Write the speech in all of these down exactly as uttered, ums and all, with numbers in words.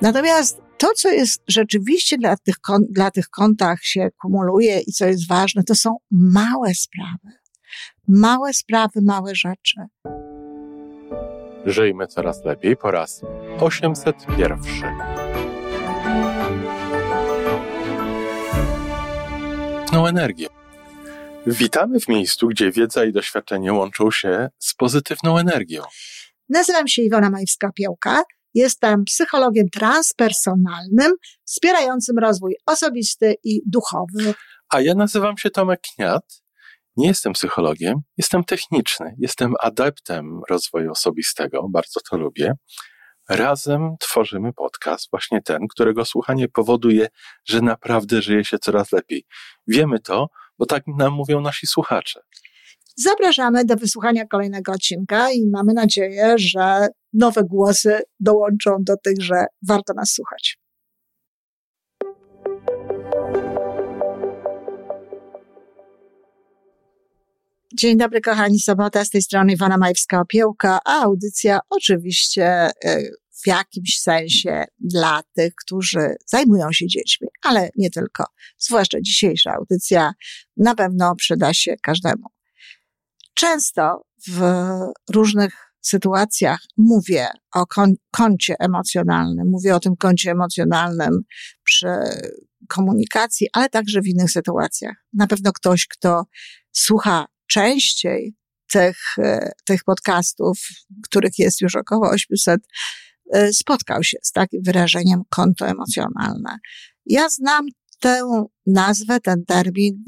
Natomiast to, co jest rzeczywiście dla tych, dla tych kontach się kumuluje i co jest ważne, to są małe sprawy. Małe sprawy, małe rzeczy. Żyjmy coraz lepiej po raz osiemset jeden. No energię. Witamy w miejscu, gdzie wiedza i doświadczenie łączą się z pozytywną energią. Nazywam się Iwona Majewska-Opiełka. Jestem psychologiem transpersonalnym, wspierającym rozwój osobisty i duchowy. A ja nazywam się Tomek Kniat. Nie jestem psychologiem, jestem techniczny, jestem adeptem rozwoju osobistego, bardzo to lubię. Razem tworzymy podcast, właśnie ten, którego słuchanie powoduje, że naprawdę żyje się coraz lepiej. Wiemy to, bo tak nam mówią nasi słuchacze. Zapraszamy do wysłuchania kolejnego odcinka i mamy nadzieję, że nowe głosy dołączą do tych, że warto nas słuchać. Dzień dobry kochani, sobota, z tej strony Iwona Majewska-Opiełka, a audycja oczywiście w jakimś sensie dla tych, którzy zajmują się dziećmi, ale nie tylko. Zwłaszcza dzisiejsza audycja na pewno przyda się każdemu. Często w różnych sytuacjach mówię o kon- koncie emocjonalnym, mówię o tym koncie emocjonalnym przy komunikacji, ale także w innych sytuacjach. Na pewno ktoś, kto słucha częściej tych, tych podcastów, których jest już około osiemset, spotkał się z takim wyrażeniem konto emocjonalne. Ja znam tę nazwę, ten termin,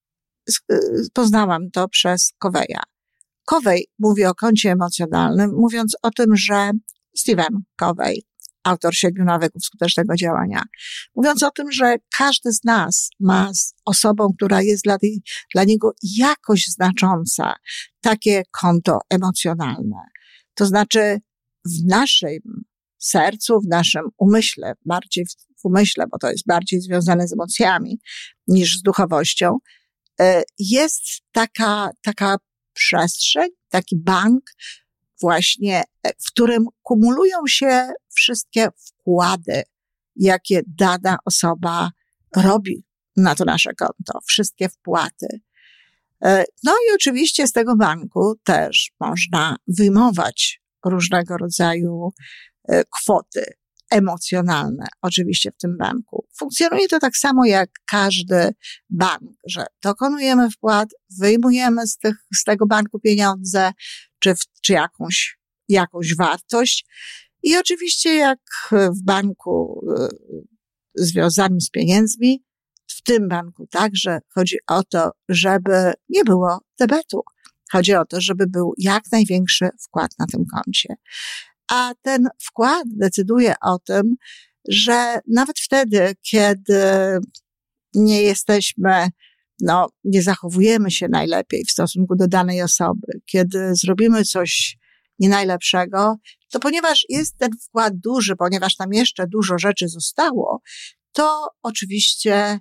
poznałam to przez Coveya. Covey mówi o koncie emocjonalnym, mówiąc o tym, że Stephen Covey, autor siedmiu nawyków skutecznego działania, mówiąc o tym, że każdy z nas ma z osobą, która jest dla, tej, dla niego jakoś znacząca, takie konto emocjonalne. To znaczy w naszym sercu, w naszym umyśle, bardziej w umyśle, bo to jest bardziej związane z emocjami niż z duchowością, jest taka, taka przestrzeń, taki bank właśnie, w którym kumulują się wszystkie wkłady, jakie dana osoba robi na to nasze konto, wszystkie wpłaty. No i oczywiście z tego banku też można wyjmować różnego rodzaju kwoty emocjonalne, oczywiście w tym banku. Funkcjonuje to tak samo jak każdy bank, że dokonujemy wpłat, wyjmujemy z, tych, z tego banku pieniądze, czy, w, czy jakąś, jakąś wartość. I oczywiście jak w banku y, związanym z pieniędzmi, w tym banku także chodzi o to, żeby nie było debetu. Chodzi o to, żeby był jak największy wkład na tym koncie. A ten wkład decyduje o tym, że nawet wtedy, kiedy nie jesteśmy, no, nie zachowujemy się najlepiej w stosunku do danej osoby, kiedy zrobimy coś nie najlepszego, to ponieważ jest ten wkład duży, ponieważ tam jeszcze dużo rzeczy zostało, to oczywiście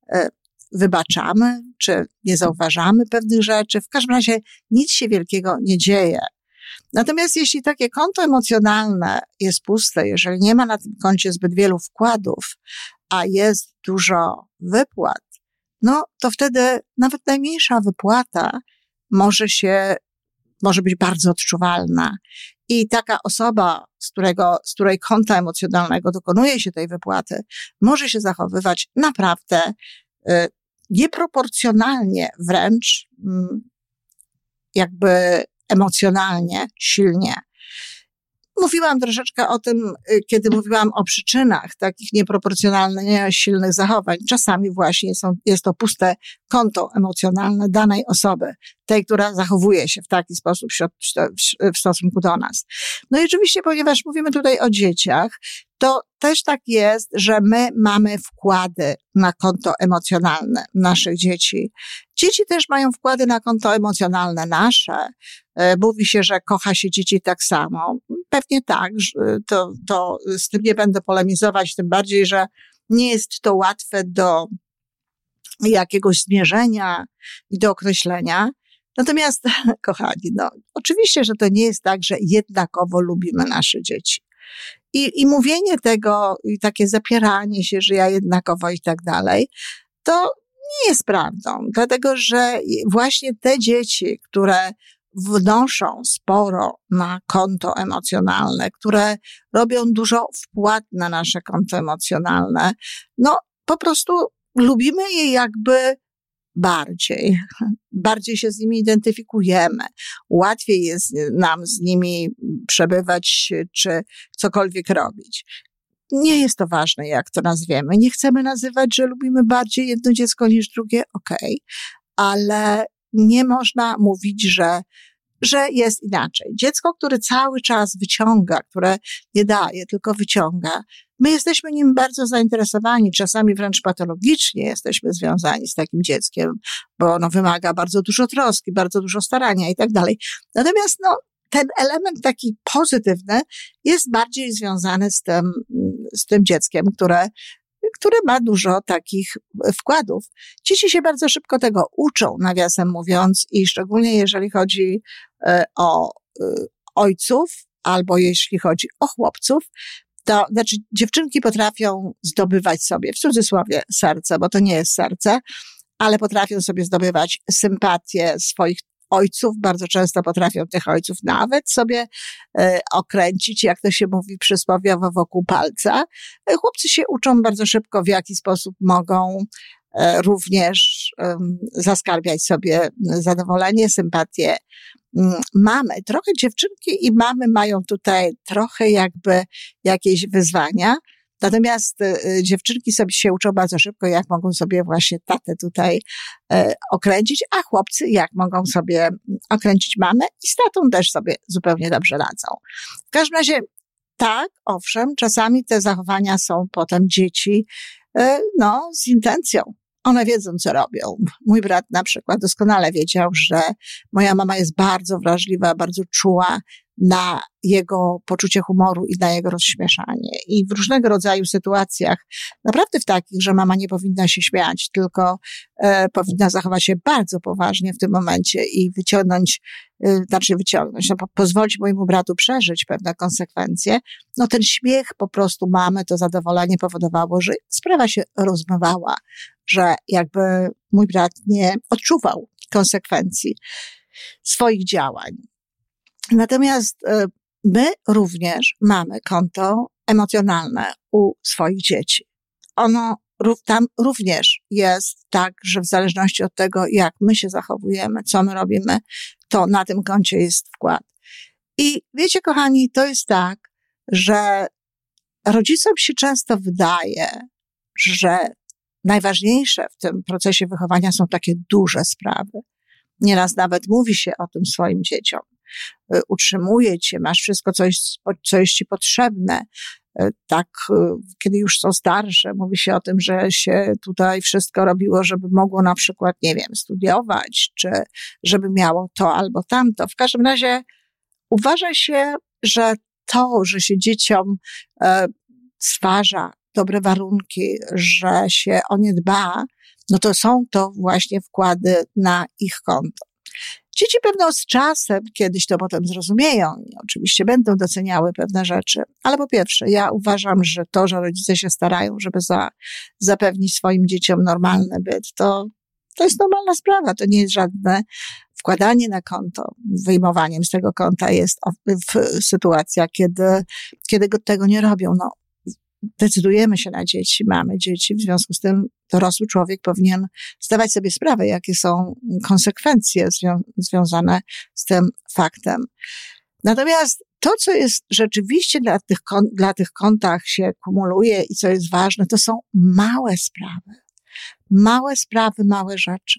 wybaczamy, czy nie zauważamy pewnych rzeczy. W każdym razie nic się wielkiego nie dzieje. Natomiast jeśli takie konto emocjonalne jest puste, jeżeli nie ma na tym koncie zbyt wielu wkładów, a jest dużo wypłat, no to wtedy nawet najmniejsza wypłata może się, może być bardzo odczuwalna. I taka osoba, z którego, z której konta emocjonalnego dokonuje się tej wypłaty, może się zachowywać naprawdę y, nieproporcjonalnie wręcz y, jakby emocjonalnie, silnie. Mówiłam troszeczkę o tym, kiedy mówiłam o przyczynach takich nieproporcjonalnie silnych zachowań. Czasami właśnie są, jest to puste konto emocjonalne danej osoby, tej, która zachowuje się w taki sposób w stosunku do nas. No i oczywiście, ponieważ mówimy tutaj o dzieciach, to też tak jest, że my mamy wkłady na konto emocjonalne naszych dzieci. Dzieci też mają wkłady na konto emocjonalne nasze. Mówi się, że kocha się dzieci tak samo. Pewnie tak, to, to z tym nie będę polemizować, tym bardziej, że nie jest to łatwe do jakiegoś zmierzenia i do określenia. Natomiast, kochani, no, oczywiście, że to nie jest tak, że jednakowo lubimy nasze dzieci. I, i mówienie tego, i takie zapieranie się, że ja jednakowo i tak dalej, to nie jest prawdą, dlatego że właśnie te dzieci, które wnoszą sporo na konto emocjonalne, które robią dużo wpłat na nasze konto emocjonalne, no po prostu lubimy je jakby bardziej. Bardziej się z nimi identyfikujemy. Łatwiej jest nam z nimi przebywać, czy cokolwiek robić. Nie jest to ważne, jak to nazwiemy. Nie chcemy nazywać, że lubimy bardziej jedno dziecko niż drugie, okej, okay. Ale nie można mówić, że, że jest inaczej. Dziecko, które cały czas wyciąga, które nie daje, tylko wyciąga, my jesteśmy nim bardzo zainteresowani, czasami wręcz patologicznie jesteśmy związani z takim dzieckiem, bo ono wymaga bardzo dużo troski, bardzo dużo starania i tak dalej. Natomiast no, ten element taki pozytywny jest bardziej związany z tym, z tym dzieckiem, które, które ma dużo takich wkładów. Dzieci się bardzo szybko tego uczą, nawiasem mówiąc, i szczególnie jeżeli chodzi o ojców, albo jeśli chodzi o chłopców, to znaczy dziewczynki potrafią zdobywać sobie, w cudzysłowie, serce, bo to nie jest serce, ale potrafią sobie zdobywać sympatię swoich ojców, bardzo często potrafią tych ojców nawet sobie e, okręcić, jak to się mówi przysłowiowo, wokół palca. E, chłopcy się uczą bardzo szybko, w jaki sposób mogą e, również e, zaskarbiać sobie zadowolenie, sympatię mamy. Trochę dziewczynki i mamy mają tutaj trochę jakby jakieś wyzwania. Natomiast y, dziewczynki sobie się uczą bardzo szybko, jak mogą sobie właśnie tatę tutaj y, okręcić, a chłopcy jak mogą sobie okręcić mamę i z tatą też sobie zupełnie dobrze radzą. W każdym razie tak, owszem, czasami te zachowania są potem dzieci, y, no, z intencją. One wiedzą, co robią. Mój brat na przykład doskonale wiedział, że moja mama jest bardzo wrażliwa, bardzo czuła na jego poczucie humoru i na jego rozśmieszanie. I w różnego rodzaju sytuacjach, naprawdę w takich, że mama nie powinna się śmiać, tylko e, powinna zachować się bardzo poważnie w tym momencie i wyciągnąć, e, znaczy wyciągnąć, no, po, pozwolić mojemu bratu przeżyć pewne konsekwencje, no ten śmiech po prostu mamy, to zadowolenie powodowało, że sprawa się rozmywała, że jakby mój brat nie odczuwał konsekwencji swoich działań. Natomiast my również mamy konto emocjonalne u swoich dzieci. Ono tam również jest tak, że w zależności od tego, jak my się zachowujemy, co my robimy, to na tym koncie jest wkład. I wiecie, kochani, to jest tak, że rodzicom się często wydaje, że najważniejsze w tym procesie wychowania są takie duże sprawy. Nieraz nawet mówi się o tym swoim dzieciom. Utrzymuje cię, masz wszystko, co jest, co jest ci potrzebne. Tak, kiedy już są starsze, mówi się o tym, że się tutaj wszystko robiło, żeby mogło na przykład, nie wiem, studiować, czy żeby miało to albo tamto. W każdym razie uważa się, że to, że się dzieciom e, stwarza dobre warunki, że się o nie dba, no to są to właśnie wkłady na ich konto. Dzieci pewno z czasem, kiedyś to potem zrozumieją i oczywiście będą doceniały pewne rzeczy, ale po pierwsze, ja uważam, że to, że rodzice się starają, żeby za, zapewnić swoim dzieciom normalny byt, to, to jest normalna sprawa, to nie jest żadne wkładanie na konto. Wyjmowaniem z tego konta jest w sytuacja, kiedy, kiedy tego nie robią. No, decydujemy się na dzieci, mamy dzieci, w związku z tym dorosły człowiek powinien zdawać sobie sprawę, jakie są konsekwencje zwią- związane z tym faktem. Natomiast to, co jest rzeczywiście dla tych, kon- dla tych kontach się kumuluje i co jest ważne, to są małe sprawy. Małe sprawy, małe rzeczy.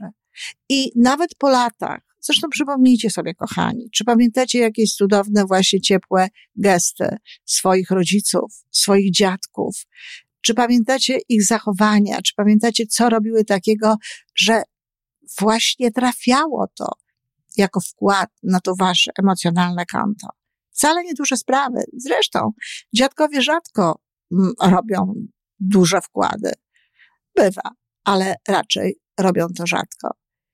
I nawet po latach, zresztą przypomnijcie sobie, kochani, czy pamiętacie jakieś cudowne, właśnie ciepłe gesty swoich rodziców, swoich dziadków? Czy pamiętacie ich zachowania? Czy pamiętacie, co robiły takiego, że właśnie trafiało to jako wkład na to wasze emocjonalne konto? Wcale nie duże sprawy. Zresztą dziadkowie rzadko robią duże wkłady. Bywa, ale raczej robią to rzadko.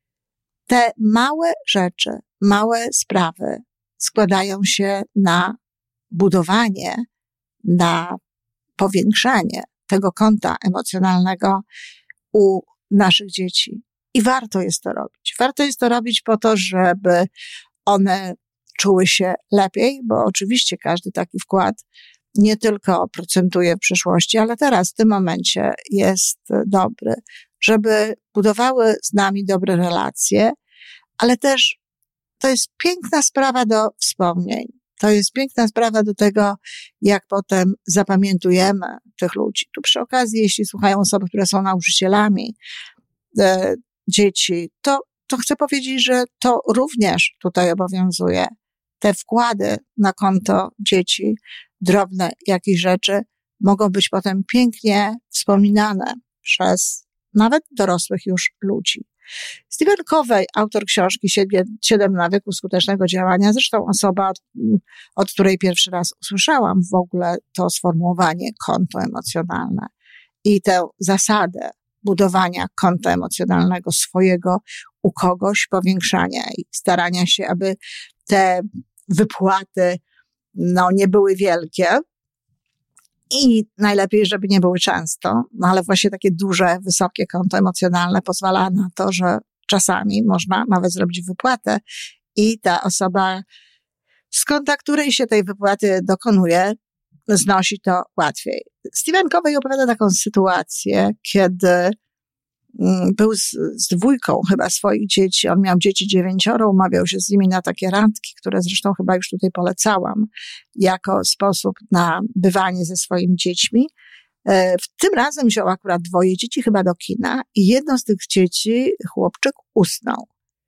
Te małe rzeczy, małe sprawy składają się na budowanie na powiększanie tego konta emocjonalnego u naszych dzieci. I warto jest to robić. Warto jest to robić po to, żeby one czuły się lepiej, bo oczywiście każdy taki wkład nie tylko procentuje w przyszłości, ale teraz w tym momencie jest dobry, żeby budowały z nami dobre relacje, ale też to jest piękna sprawa do wspomnień. To jest piękna sprawa do tego, jak potem zapamiętujemy tych ludzi. Tu przy okazji, jeśli słuchają osoby, które są nauczycielami e, dzieci, to, to chcę powiedzieć, że to również tutaj obowiązuje. Te wkłady na konto dzieci, drobne jakieś rzeczy, mogą być potem pięknie wspominane przez nawet dorosłych już ludzi. Stephen Covey, autor książki Siedem nawyków skutecznego działania, zresztą osoba, od, od której pierwszy raz usłyszałam w ogóle to sformułowanie konto emocjonalne i tę zasadę budowania konta emocjonalnego swojego u kogoś, powiększania i starania się, aby te wypłaty no, nie były wielkie i najlepiej, żeby nie były często, no ale właśnie takie duże, wysokie konto emocjonalne pozwala na to, że czasami można nawet zrobić wypłatę i ta osoba, z konta której się tej wypłaty dokonuje, znosi to łatwiej. Stephen Covey opowiada taką sytuację, kiedy był z, z dwójką chyba swoich dzieci. On miał dzieci dziewięcioro, umawiał się z nimi na takie randki, które zresztą chyba już tutaj polecałam, jako sposób na bywanie ze swoimi dziećmi. W tym razem wziął akurat dwoje dzieci chyba do kina i jedno z tych dzieci, chłopczyk, usnął.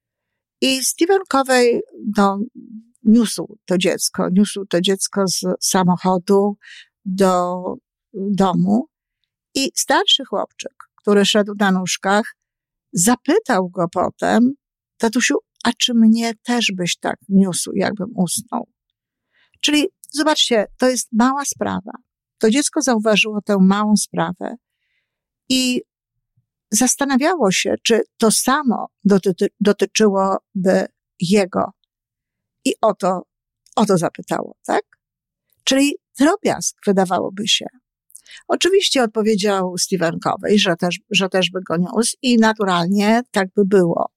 I Stephen Covey no, niósł to dziecko, niósł to dziecko z samochodu do domu i starszy chłopczyk, który szedł na nóżkach, zapytał go potem: tatusiu, a czy mnie też byś tak niósł, jakbym usnął? Czyli zobaczcie, to jest mała sprawa. To dziecko zauważyło tę małą sprawę i zastanawiało się, czy to samo dotyczy, dotyczyłoby jego. I o to, o to zapytało, tak? Czyli drobiazg, wydawałoby się. Oczywiście odpowiedział Stephen Covey, że też, że też by go niósł i naturalnie tak by było.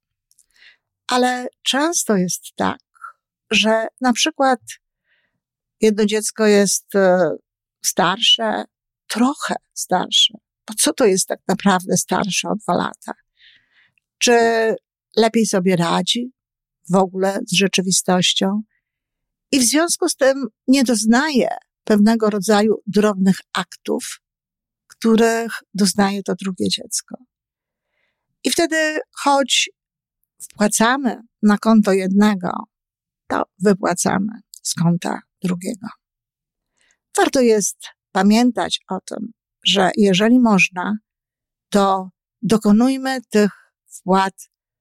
Ale często jest tak, że na przykład jedno dziecko jest starsze, trochę starsze. Bo co to jest tak naprawdę starsze o dwa lata? Czy lepiej sobie radzi w ogóle z rzeczywistością? I w związku z tym nie doznaje pewnego rodzaju drobnych aktów, których doznaje to drugie dziecko. I wtedy, choć wpłacamy na konto jednego, to wypłacamy z konta drugiego. Warto jest pamiętać o tym, że jeżeli można, to dokonujmy tych wpłat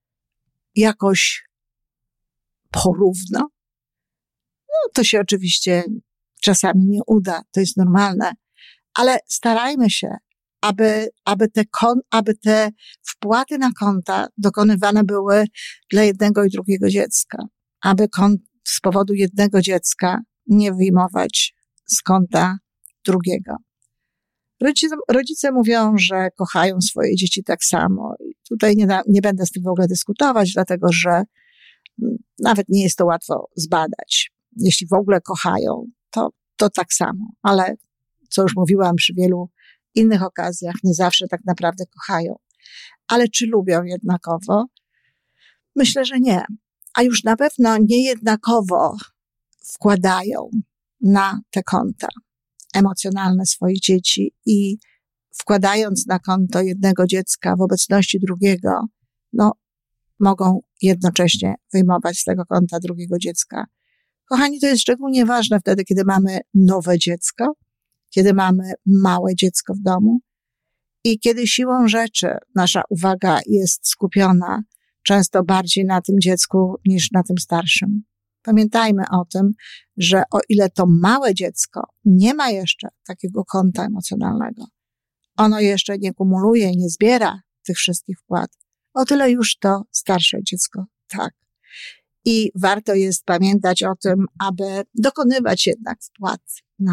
jakoś porówno. No, to się oczywiście czasami nie uda, to jest normalne, ale starajmy się, aby, aby, te, kon, aby te wpłaty na konta dokonywane były dla jednego i drugiego dziecka, aby kont, z powodu jednego dziecka nie wyjmować z konta drugiego. Rodzice, rodzice mówią, że kochają swoje dzieci tak samo. I tutaj nie, nie będę z tym w ogóle dyskutować, dlatego że nawet nie jest to łatwo zbadać. Jeśli w ogóle kochają, to, to tak samo. Ale co już mówiłam przy wielu innych okazjach, nie zawsze tak naprawdę kochają. Ale czy lubią jednakowo? Myślę, że nie. A już na pewno niejednakowo wkładają na te konta emocjonalne swoich dzieci i wkładając na konto jednego dziecka w obecności drugiego, no, mogą jednocześnie wyjmować z tego konta drugiego dziecka. Kochani, to jest szczególnie ważne wtedy, kiedy mamy nowe dziecko, kiedy mamy małe dziecko w domu i kiedy siłą rzeczy nasza uwaga jest skupiona często bardziej na tym dziecku niż na tym starszym. Pamiętajmy o tym, że o ile to małe dziecko nie ma jeszcze takiego konta emocjonalnego, ono jeszcze nie kumuluje, nie zbiera tych wszystkich wpłat, o tyle już to starsze dziecko tak. I warto jest pamiętać o tym, aby dokonywać jednak wpłat na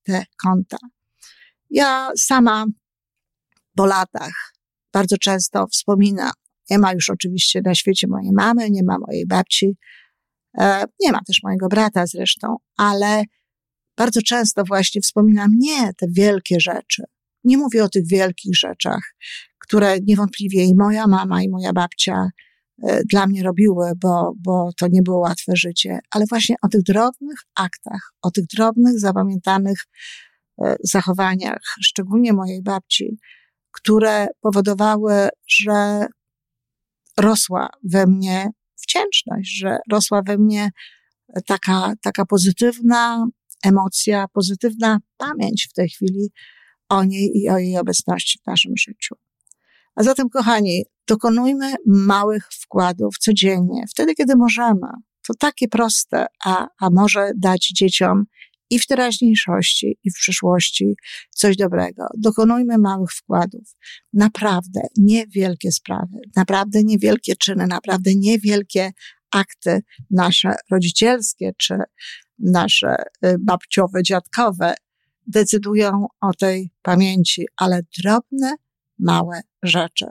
te konta. Ja sama po latach bardzo często wspominam, nie ma już oczywiście na świecie mojej mamy, nie ma mojej babci, nie ma też mojego brata zresztą, ale bardzo często właśnie wspominam nie te wielkie rzeczy. Nie mówię o tych wielkich rzeczach, które niewątpliwie i moja mama, i moja babcia dla mnie robiły, bo, bo to nie było łatwe życie, ale właśnie o tych drobnych aktach, o tych drobnych, zapamiętanych zachowaniach, szczególnie mojej babci, które powodowały, że rosła we mnie wdzięczność, że rosła we mnie taka, taka pozytywna emocja, pozytywna pamięć w tej chwili o niej i o jej obecności w naszym życiu. A zatem, kochani, dokonujmy małych wkładów codziennie, wtedy, kiedy możemy. To takie proste, a, a może dać dzieciom i w teraźniejszości, i w przyszłości coś dobrego. Dokonujmy małych wkładów. Naprawdę niewielkie sprawy, naprawdę niewielkie czyny, naprawdę niewielkie akty nasze rodzicielskie, czy nasze babciowe, dziadkowe decydują o tej pamięci, ale drobne, małe rzeczy.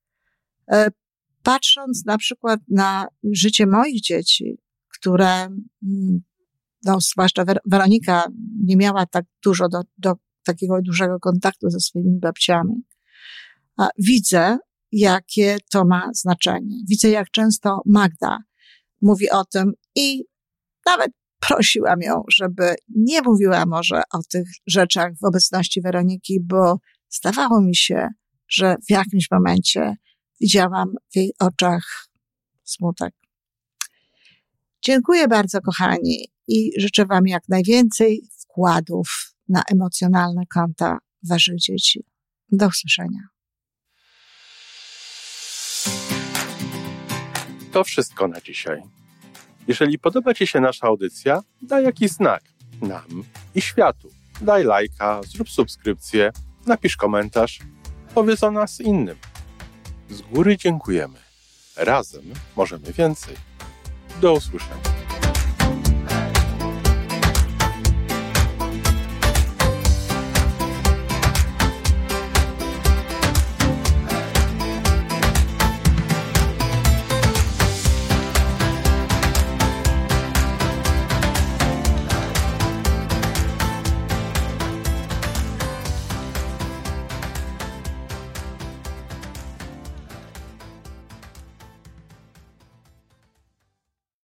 Patrząc na przykład na życie moich dzieci, które, no, zwłaszcza Weronika nie miała tak dużo do, do takiego dużego kontaktu ze swoimi babciami, widzę, jakie to ma znaczenie. Widzę, jak często Magda mówi o tym i nawet prosiłam ją, żeby nie mówiła może o tych rzeczach w obecności Weroniki, bo zdawało mi się, że w jakimś momencie widziałam w jej oczach smutek. Dziękuję bardzo, kochani, i życzę wam jak najwięcej wkładów na emocjonalne konta waszych dzieci. Do usłyszenia. To wszystko na dzisiaj. Jeżeli podoba ci się nasza audycja, daj jakiś znak nam i światu. Daj lajka, zrób subskrypcję, napisz komentarz, powiedz o nas innym. Z góry dziękujemy. Razem możemy więcej. Do usłyszenia.